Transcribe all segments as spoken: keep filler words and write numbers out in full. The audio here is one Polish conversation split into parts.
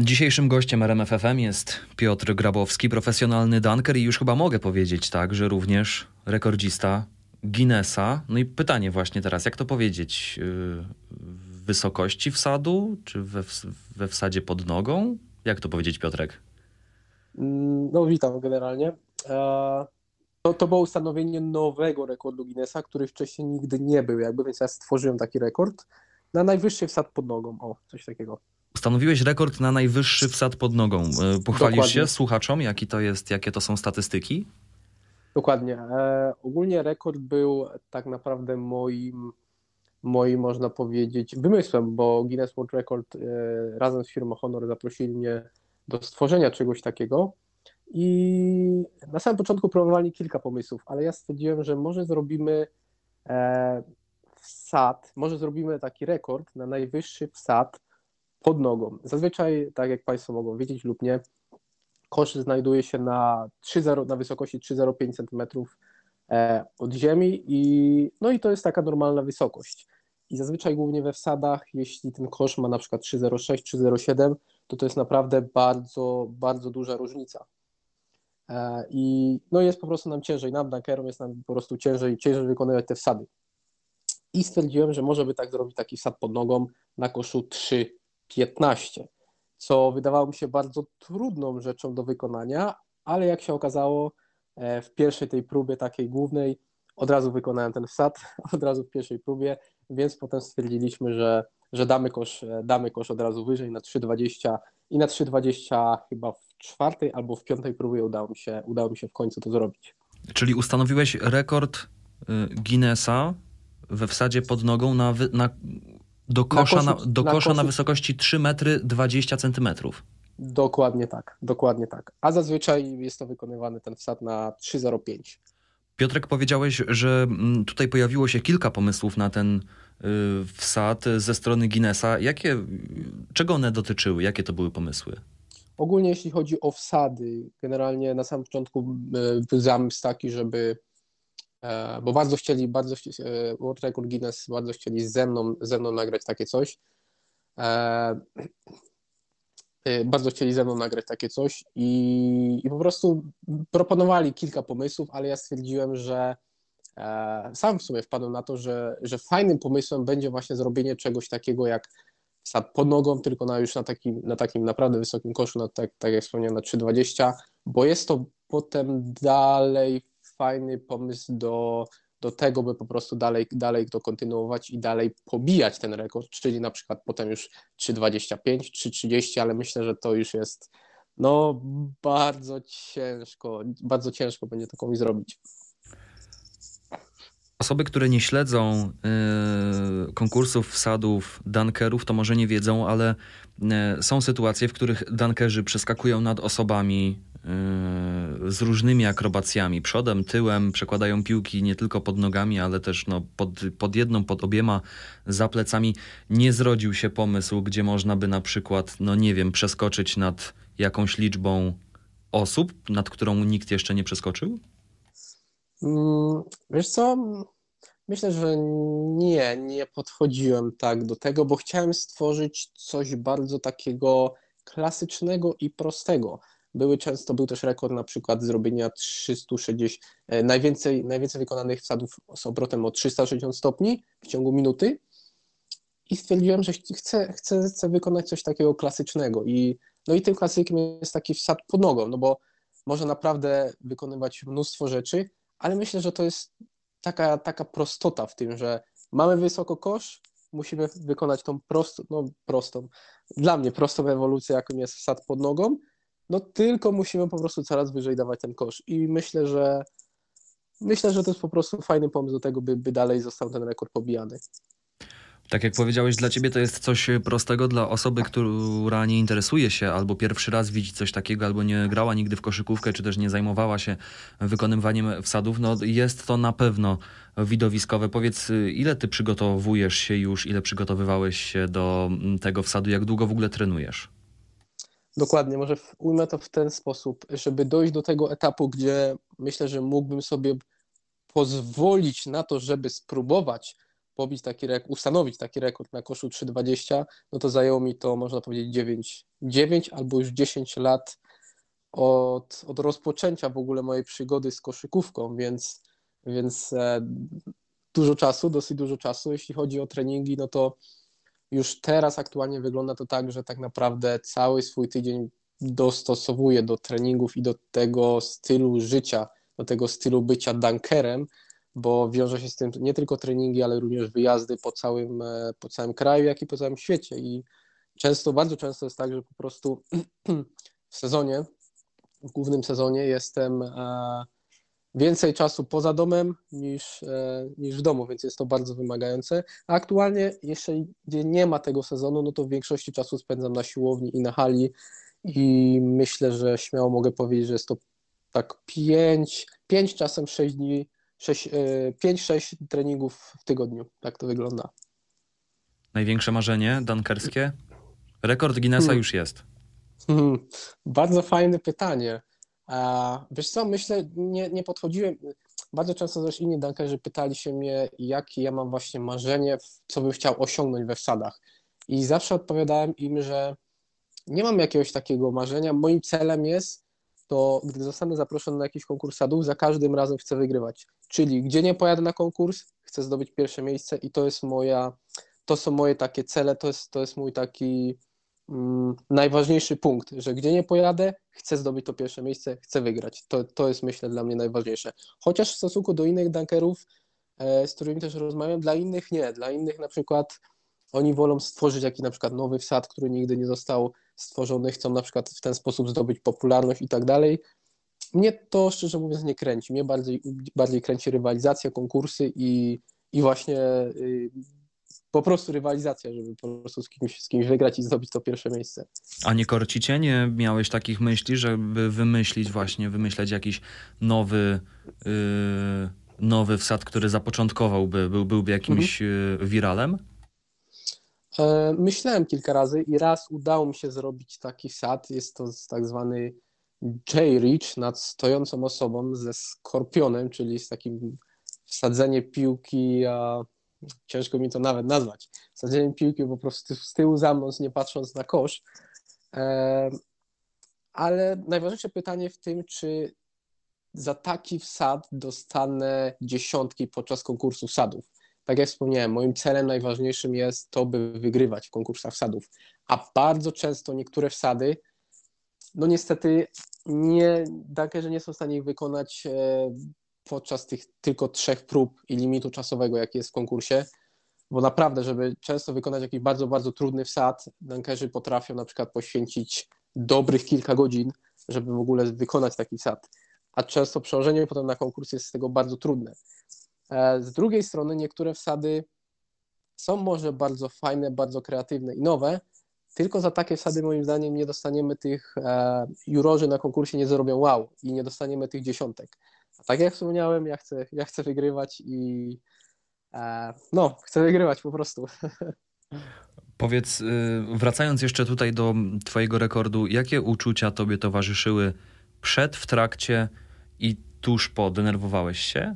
Dzisiejszym gościem R M F F M jest Piotr Grabowski, profesjonalny dunker i już chyba mogę powiedzieć tak, że również rekordzista Guinnessa. No i pytanie właśnie teraz, jak to powiedzieć? W wysokości wsadu, czy we, we wsadzie pod nogą? Jak to powiedzieć, Piotrek? No witam generalnie. To, to było ustanowienie nowego rekordu Guinnessa, który wcześniej nigdy nie był jakby, więc ja stworzyłem taki rekord na najwyższy wsad pod nogą. O, coś takiego. Ustanowiłeś rekord na najwyższy wsad pod nogą. Pochwalisz Dokładnie. się słuchaczom, jaki to jest, jakie to są statystyki? Dokładnie. E, ogólnie rekord był tak naprawdę moim, moim, można powiedzieć, wymysłem, bo Guinness World Record e, razem z firmą Honor zaprosili mnie do stworzenia czegoś takiego i na samym początku próbowali kilka pomysłów, ale ja stwierdziłem, że może zrobimy e, wsad, może zrobimy taki rekord na najwyższy wsad pod nogą. Zazwyczaj, tak jak Państwo mogą wiedzieć lub nie, kosz znajduje się na, trzy zero, na wysokości trzy przecinek zero pięć centymetrów od ziemi i, no i to jest taka normalna wysokość. I zazwyczaj głównie we wsadach, jeśli ten kosz ma na przykład trzy przecinek zero sześć, trzy przecinek zero siedem, to to jest naprawdę bardzo, bardzo duża różnica. I no jest po prostu nam ciężej, nam dunkerom jest nam po prostu ciężej, ciężej wykonywać te wsady. I stwierdziłem, że może by tak zrobić taki wsad pod nogą na koszu trzy przecinek piętnaście, co wydawało mi się bardzo trudną rzeczą do wykonania, ale jak się okazało, w pierwszej tej próbie takiej głównej od razu wykonałem ten wsad, od razu w pierwszej próbie, więc potem stwierdziliśmy, że, że damy kosz, damy kosz od razu wyżej na trzy przecinek dwadzieścia i na trzy przecinek dwadzieścia chyba w czwartej albo w piątej próbie udało mi się, udało mi się w końcu to zrobić. Czyli ustanowiłeś rekord Guinnessa we wsadzie pod nogą na, wy, na do kosza, na, koszu, na, do kosza na, na wysokości trzy metry dwadzieścia centymetrów. Dokładnie tak, dokładnie tak. A zazwyczaj jest to wykonywany ten wsad na trzy przecinek zero pięć. Piotrek, powiedziałeś, że tutaj pojawiło się kilka pomysłów na ten wsad ze strony Guinnessa. Jakie, czego one dotyczyły? Jakie to były pomysły? Ogólnie jeśli chodzi o wsady, generalnie na samym początku był zamysł taki, żeby, bo bardzo chcieli, bardzo World Record Guinness bardzo chcieli ze mną, ze mną nagrać takie coś. Bardzo chcieli ze mną nagrać takie coś i, i po prostu proponowali kilka pomysłów, ale ja stwierdziłem, że e, sam w sumie wpadłem na to, że, że fajnym pomysłem będzie właśnie zrobienie czegoś takiego jak wsad pod nogą, tylko na już na takim, na takim naprawdę wysokim koszu, na, tak, tak jak wspomniałem, na trzy przecinek dwadzieścia, bo jest to potem dalej fajny pomysł do, do tego, by po prostu dalej, dalej to kontynuować i dalej pobijać ten rekord, czyli na przykład potem już trzy przecinek dwadzieścia pięć, trzy przecinek trzydzieści, ale myślę, że to już jest no bardzo ciężko, bardzo ciężko będzie to komuś zrobić. Osoby, które nie śledzą y, konkursów wsadów dunkerów, to może nie wiedzą, ale y, są sytuacje, w których dunkerzy przeskakują nad osobami y, z różnymi akrobacjami, przodem, tyłem, przekładają piłki nie tylko pod nogami, ale też no, pod, pod jedną, pod obiema, za plecami. Nie zrodził się pomysł, gdzie można by na przykład, no nie wiem, przeskoczyć nad jakąś liczbą osób, nad którą nikt jeszcze nie przeskoczył? Wiesz co, myślę, że nie, nie podchodziłem tak do tego, bo chciałem stworzyć coś bardzo takiego klasycznego i prostego. Były często, był też rekord na przykład zrobienia trzysta sześćdziesiąt, najwięcej, najwięcej wykonanych wsadów z obrotem o trzysta sześćdziesiąt stopni w ciągu minuty i stwierdziłem, że chcę, chcę, chcę wykonać coś takiego klasycznego i no i tym klasykiem jest taki wsad pod nogą, no bo można naprawdę wykonywać mnóstwo rzeczy, ale myślę, że to jest taka, taka prostota w tym, że mamy wysoko kosz, musimy wykonać tą prostą, no prostą, dla mnie prostą ewolucję, jaką jest wsad pod nogą, no tylko musimy po prostu coraz wyżej dawać ten kosz i myślę, że myślę, że to jest po prostu fajny pomysł do tego, by, by dalej został ten rekord pobijany. Tak jak powiedziałeś, dla ciebie to jest coś prostego, dla osoby, która nie interesuje się albo pierwszy raz widzi coś takiego, albo nie grała nigdy w koszykówkę, czy też nie zajmowała się wykonywaniem wsadów, no jest to na pewno widowiskowe. Powiedz, ile ty przygotowujesz się już, ile przygotowywałeś się do tego wsadu, jak długo w ogóle trenujesz? Dokładnie, może ujmę to w ten sposób, żeby dojść do tego etapu, gdzie myślę, że mógłbym sobie pozwolić na to, żeby spróbować pobić taki rekord, ustanowić taki rekord na koszu trzy dwadzieścia, no to zajęło mi to, można powiedzieć, dziewięć, dziewięć albo już dziesięć lat od, od rozpoczęcia w ogóle mojej przygody z koszykówką, więc, więc e, dużo czasu, dosyć dużo czasu. Jeśli chodzi o treningi, no to już teraz aktualnie wygląda to tak, że tak naprawdę cały swój tydzień dostosowuję do treningów i do tego stylu życia, do tego stylu bycia dunkerem, bo wiąże się z tym nie tylko treningi, ale również wyjazdy po całym, po całym kraju, jak i po całym świecie. I często, bardzo często jest tak, że po prostu w sezonie, w głównym sezonie jestem więcej czasu poza domem niż, niż w domu, więc jest to bardzo wymagające. A aktualnie, jeśli nie ma tego sezonu, no to w większości czasu spędzam na siłowni i na hali i myślę, że śmiało mogę powiedzieć, że jest to tak pięć, pięć czasem sześć dni, pięć sześć treningów w tygodniu. Tak to wygląda. Największe marzenie dunkerskie? Rekord Guinnessa hmm. już jest. Hmm. Bardzo fajne pytanie. A, wiesz co, myślę, nie, nie podchodziłem, bardzo często też inni dunkerzy pytali się mnie, jakie ja mam właśnie marzenie, co bym chciał osiągnąć we wsadach. I zawsze odpowiadałem im, że nie mam jakiegoś takiego marzenia. Moim celem jest to, gdy zostanę zaproszony na jakiś konkurs sadów, za każdym razem chcę wygrywać. Czyli gdzie nie pojadę na konkurs, chcę zdobyć pierwsze miejsce i to jest moja, to są moje takie cele, to jest, to jest mój taki mm, najważniejszy punkt, że gdzie nie pojadę, chcę zdobyć to pierwsze miejsce, chcę wygrać. To, to jest, myślę, dla mnie najważniejsze. Chociaż w stosunku do innych dunkerów, e, z którymi też rozmawiam, dla innych nie. Dla innych na przykład oni wolą stworzyć jakiś na przykład nowy wsad, który nigdy nie został stworzony, chcą na przykład w ten sposób zdobyć popularność i tak dalej. Mnie to, szczerze mówiąc, nie kręci. Mnie bardziej, bardziej kręci rywalizacja, konkursy i, i właśnie y, po prostu rywalizacja, żeby po prostu z kimś, z kimś wygrać i zdobyć to pierwsze miejsce. A nie korci cię? Nie miałeś takich myśli, żeby wymyślić właśnie, wymyśleć jakiś nowy, yy, nowy wsad, który zapoczątkowałby, był, byłby jakimś mhm. wiralem? Myślałem kilka razy i raz udało mi się zrobić taki wsad. Jest to tak zwany J-Reach nad stojącą osobą ze skorpionem, czyli z takim wsadzenie piłki, a ciężko mi to nawet nazwać. Wsadzenie piłki po prostu z tyłu za mną, nie patrząc na kosz. Ale najważniejsze pytanie w tym, czy za taki wsad dostanę dziesiątki podczas konkursu wsadów. Tak jak wspomniałem, moim celem najważniejszym jest to, by wygrywać w konkursach wsadów. A bardzo często niektóre wsady, no niestety nie, dunkerzy nie są w stanie ich wykonać podczas tych tylko trzech prób i limitu czasowego, jaki jest w konkursie, bo naprawdę, żeby często wykonać jakiś bardzo, bardzo trudny wsad, dunkerzy potrafią na przykład poświęcić dobrych kilka godzin, żeby w ogóle wykonać taki wsad. A często przełożenie potem na konkurs jest z tego bardzo trudne. Z drugiej strony niektóre wsady są może bardzo fajne, bardzo kreatywne i nowe, tylko za takie wsady moim zdaniem nie dostaniemy tych, e, jurorzy na konkursie nie zrobią wow i nie dostaniemy tych dziesiątek. A tak jak wspomniałem, ja chcę, ja chcę wygrywać i e, no, chcę wygrywać po prostu. Powiedz, wracając jeszcze tutaj do twojego rekordu, jakie uczucia tobie towarzyszyły przed, w trakcie i tuż po? Denerwowałeś się?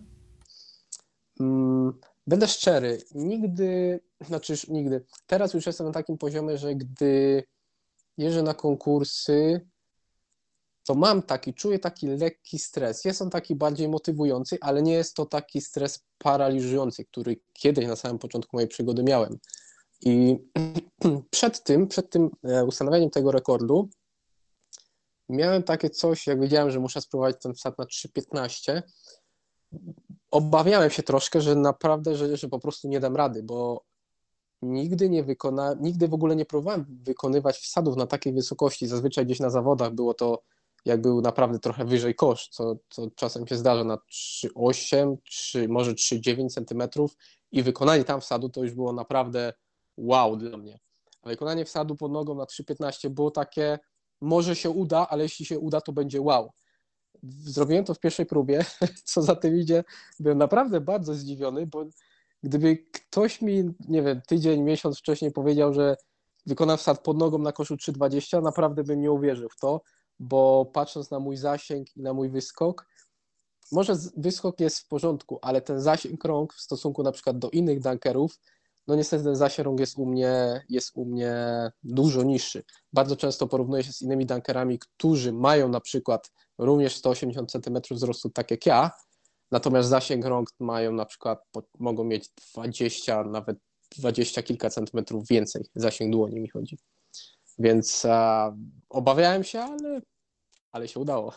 Będę szczery, nigdy, znaczy już nigdy, teraz już jestem na takim poziomie, że gdy jeżdżę na konkursy, to mam taki, czuję taki lekki stres. Jest on taki bardziej motywujący, ale nie jest to taki stres paraliżujący, który kiedyś na samym początku mojej przygody miałem. I przed tym, przed tym ustanowieniem tego rekordu miałem takie coś, jak wiedziałem, że muszę spróbować ten wsad na trzy piętnaście, obawiałem się troszkę, że naprawdę, że, że po prostu nie dam rady, bo nigdy nie wykona, nigdy w ogóle nie próbowałem wykonywać wsadów na takiej wysokości. Zazwyczaj gdzieś na zawodach było to, jak był naprawdę trochę wyżej kosz, co, co czasem się zdarza na trzy osiem, trzy, może trzy dziewięć centymetrów i wykonanie tam wsadu to już było naprawdę wow dla mnie. A wykonanie wsadu pod nogą na trzy piętnaście było takie, może się uda, ale jeśli się uda, to będzie wow. Zrobiłem to w pierwszej próbie, co za tym idzie, byłem naprawdę bardzo zdziwiony, bo gdyby ktoś mi, nie wiem, tydzień, miesiąc wcześniej powiedział, że wykonam wsad pod nogą na koszu trzy dwadzieścia, naprawdę bym nie uwierzył w to, bo patrząc na mój zasięg i na mój wyskok, może z- wyskok jest w porządku, ale ten zasięg rąk w stosunku na przykład do innych dunkerów, no niestety ten zasięg rąk jest u mnie, jest u mnie dużo niższy. Bardzo często porównuję się z innymi dunkerami, którzy mają na przykład również sto osiemdziesiąt centymetrów wzrostu, tak jak ja, natomiast zasięg rąk mają na przykład, po, mogą mieć dwadzieścia, nawet dwadzieścia kilka centymetrów więcej. Zasięg dłoni mi chodzi. Więc a, obawiałem się, ale, ale się udało.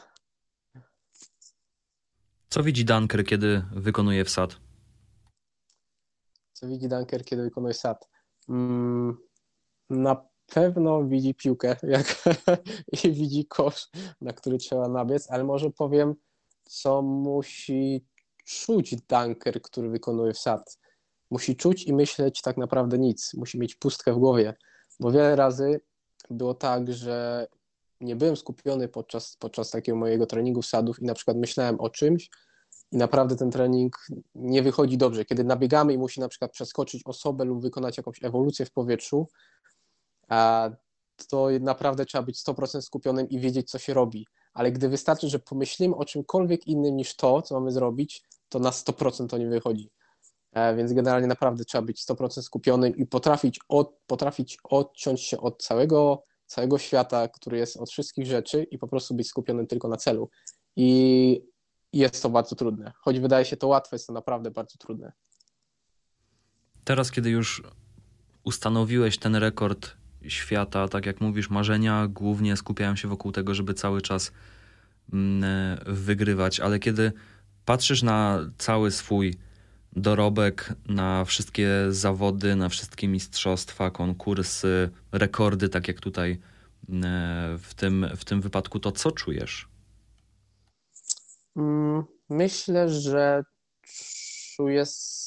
Co widzi dunker, kiedy wykonuje wsad? Co widzi dunker, kiedy wykonuje sat? Mm, na pewno widzi piłkę jak, i widzi kosz, na który trzeba nabiec, ale może powiem, co musi czuć dunker, który wykonuje wsad. Musi czuć i myśleć tak naprawdę nic. Musi mieć pustkę w głowie, bo wiele razy było tak, że nie byłem skupiony podczas, podczas takiego mojego treningu wsadów i na przykład myślałem o czymś, i naprawdę ten trening nie wychodzi dobrze. Kiedy nabiegamy i musi na przykład przeskoczyć osobę lub wykonać jakąś ewolucję w powietrzu, a to naprawdę trzeba być sto procent skupionym i wiedzieć, co się robi. Ale gdy wystarczy, że pomyślimy o czymkolwiek innym niż to, co mamy zrobić, to na sto procent to nie wychodzi. E, Więc generalnie naprawdę trzeba być sto procent skupionym i potrafić, od, potrafić odciąć się od całego, całego świata, który jest od wszystkich rzeczy i po prostu być skupionym tylko na celu. I jest to bardzo trudne. Choć wydaje się to łatwe, jest to naprawdę bardzo trudne. Teraz, kiedy już ustanowiłeś ten rekord świata, tak jak mówisz, marzenia głównie skupiają się wokół tego, żeby cały czas mm, wygrywać, ale kiedy patrzysz na cały swój dorobek, na wszystkie zawody, na wszystkie mistrzostwa, konkursy, rekordy, tak jak tutaj mm, w tym, w tym wypadku, to co czujesz? Mm, Myślę, że czuję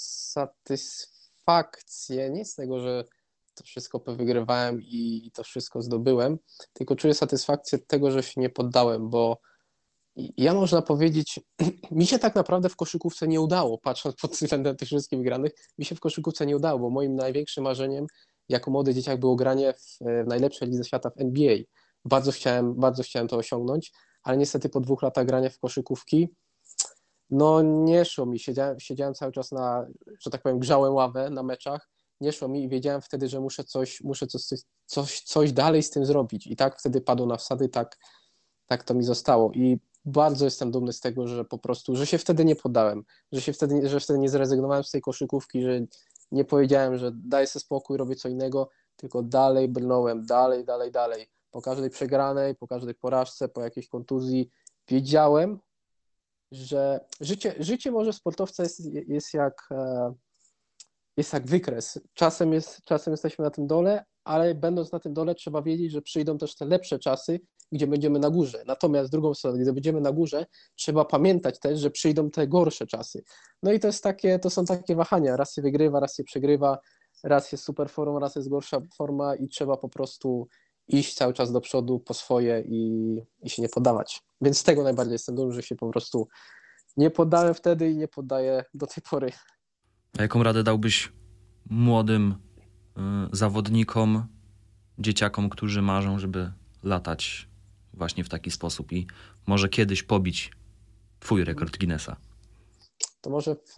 satysfakcję nie z tego, że to wszystko powygrywałem i to wszystko zdobyłem, tylko czuję satysfakcję tego, że się nie poddałem, bo ja można powiedzieć, mi się tak naprawdę w koszykówce nie udało, patrząc pod względem tych wszystkich wygranych, mi się w koszykówce nie udało, bo moim największym marzeniem jako młody dzieciak było granie w, w najlepszej lidze świata w N B A. Bardzo chciałem, bardzo chciałem to osiągnąć, ale niestety po dwóch latach grania w koszykówki, no nie szło mi, siedziałem, siedziałem cały czas na, że tak powiem, grzałem ławę na meczach, nie szło mi i wiedziałem wtedy, że muszę coś, muszę coś, coś, coś dalej z tym zrobić i tak wtedy padło na wsady, tak, tak to mi zostało i bardzo jestem dumny z tego, że po prostu, że się wtedy nie poddałem, że się wtedy, że wtedy nie zrezygnowałem z tej koszykówki, że nie powiedziałem, że daj sobie spokój, robię co innego, tylko dalej brnąłem, dalej, dalej, dalej. Po każdej przegranej, po każdej porażce, po jakiejś kontuzji wiedziałem, że życie, życie może sportowca jest, jest jak e, jest jak wykres. Czasem, jest, czasem jesteśmy na tym dole, ale będąc na tym dole trzeba wiedzieć, że przyjdą też te lepsze czasy, gdzie będziemy na górze. Natomiast z drugą stroną, gdy będziemy na górze, trzeba pamiętać też, że przyjdą te gorsze czasy. No i to jest takie, to są takie wahania. Raz się wygrywa, raz się przegrywa, raz jest super forma, raz jest gorsza forma i trzeba po prostu iść cały czas do przodu po swoje i, i się nie poddawać. Więc z tego najbardziej jestem dumny, że się po prostu nie poddałem wtedy i nie poddaję do tej pory. A jaką radę dałbyś młodym y, zawodnikom, dzieciakom, którzy marzą, żeby latać właśnie w taki sposób i może kiedyś pobić twój rekord Guinnessa? To może w,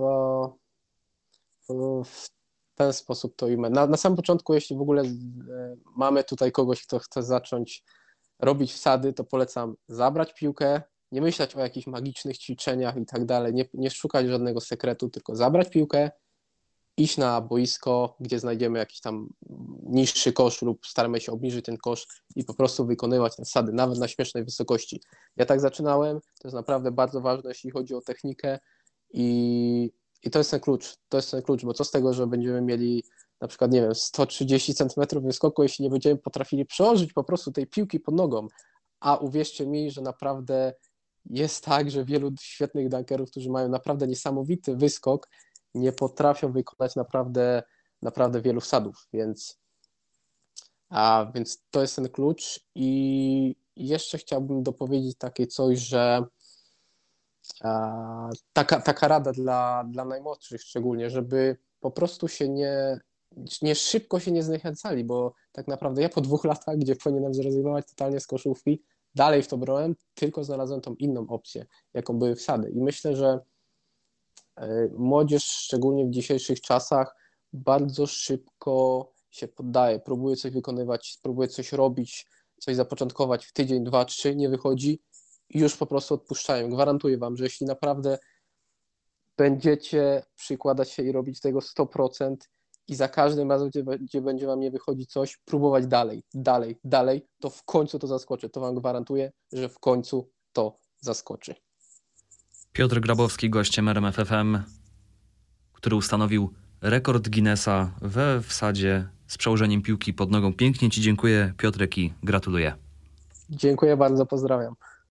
w, w ten sposób to ujmę. Na, na samym początku, jeśli w ogóle e, mamy tutaj kogoś, kto chce zacząć robić wsady, to polecam zabrać piłkę, nie myśleć o jakichś magicznych ćwiczeniach i tak dalej, nie, nie szukać żadnego sekretu, tylko zabrać piłkę, iść na boisko, gdzie znajdziemy jakiś tam niższy kosz lub staramy się obniżyć ten kosz i po prostu wykonywać te wsady, nawet na śmiesznej wysokości. Ja tak zaczynałem, to jest naprawdę bardzo ważne, jeśli chodzi o technikę i, i to jest ten klucz, to jest ten klucz, bo co z tego, że będziemy mieli na przykład, nie wiem, sto trzydzieści centymetrów wyskoku, jeśli nie będziemy potrafili przełożyć po prostu tej piłki pod nogą, a uwierzcie mi, że naprawdę jest tak, że wielu świetnych dunkerów, którzy mają naprawdę niesamowity wyskok, nie potrafią wykonać naprawdę, naprawdę wielu wsadów, więc, a, więc to jest ten klucz i jeszcze chciałbym dopowiedzieć takie coś, że a, taka, taka rada dla, dla najmłodszych szczególnie, żeby po prostu się nie, nie szybko się nie zniechęcali, bo tak naprawdę ja po dwóch latach, gdzie powinienem zrezygnować totalnie z koszówki, dalej w to brałem, tylko znalazłem tą inną opcję, jaką były wsady. I myślę, że młodzież, szczególnie w dzisiejszych czasach, bardzo szybko się poddaje, próbuje coś wykonywać, próbuje coś robić, coś zapoczątkować w tydzień, dwa, trzy, nie wychodzi i już po prostu odpuszczają. Gwarantuję wam, że jeśli naprawdę będziecie przykładać się i robić tego sto procent i za każdym razem, gdzie, gdzie będzie wam nie wychodzi coś, próbować dalej, dalej, dalej, to w końcu to zaskoczy. To wam gwarantuję, że w końcu to zaskoczy. Piotr Grabowski, gościem R M F F M, który ustanowił rekord Guinnessa we wsadzie z przełożeniem piłki pod nogą. Pięknie ci dziękuję, Piotrek, i gratuluję. Dziękuję bardzo, pozdrawiam.